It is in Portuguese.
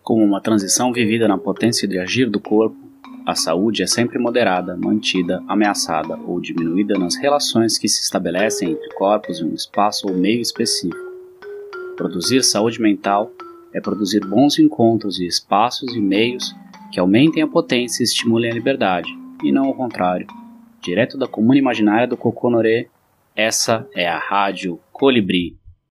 Como uma transição vivida na potência de agir do corpo, a saúde é sempre moderada, mantida, ameaçada ou diminuída nas relações que se estabelecem entre corpos em um espaço ou meio específico. Produzir saúde mental é produzir bons encontros e espaços e meios que aumentem a potência e estimulem a liberdade, e não o contrário. Direto da comuna imaginária do Coconorê, essa é a Rádio Colibri.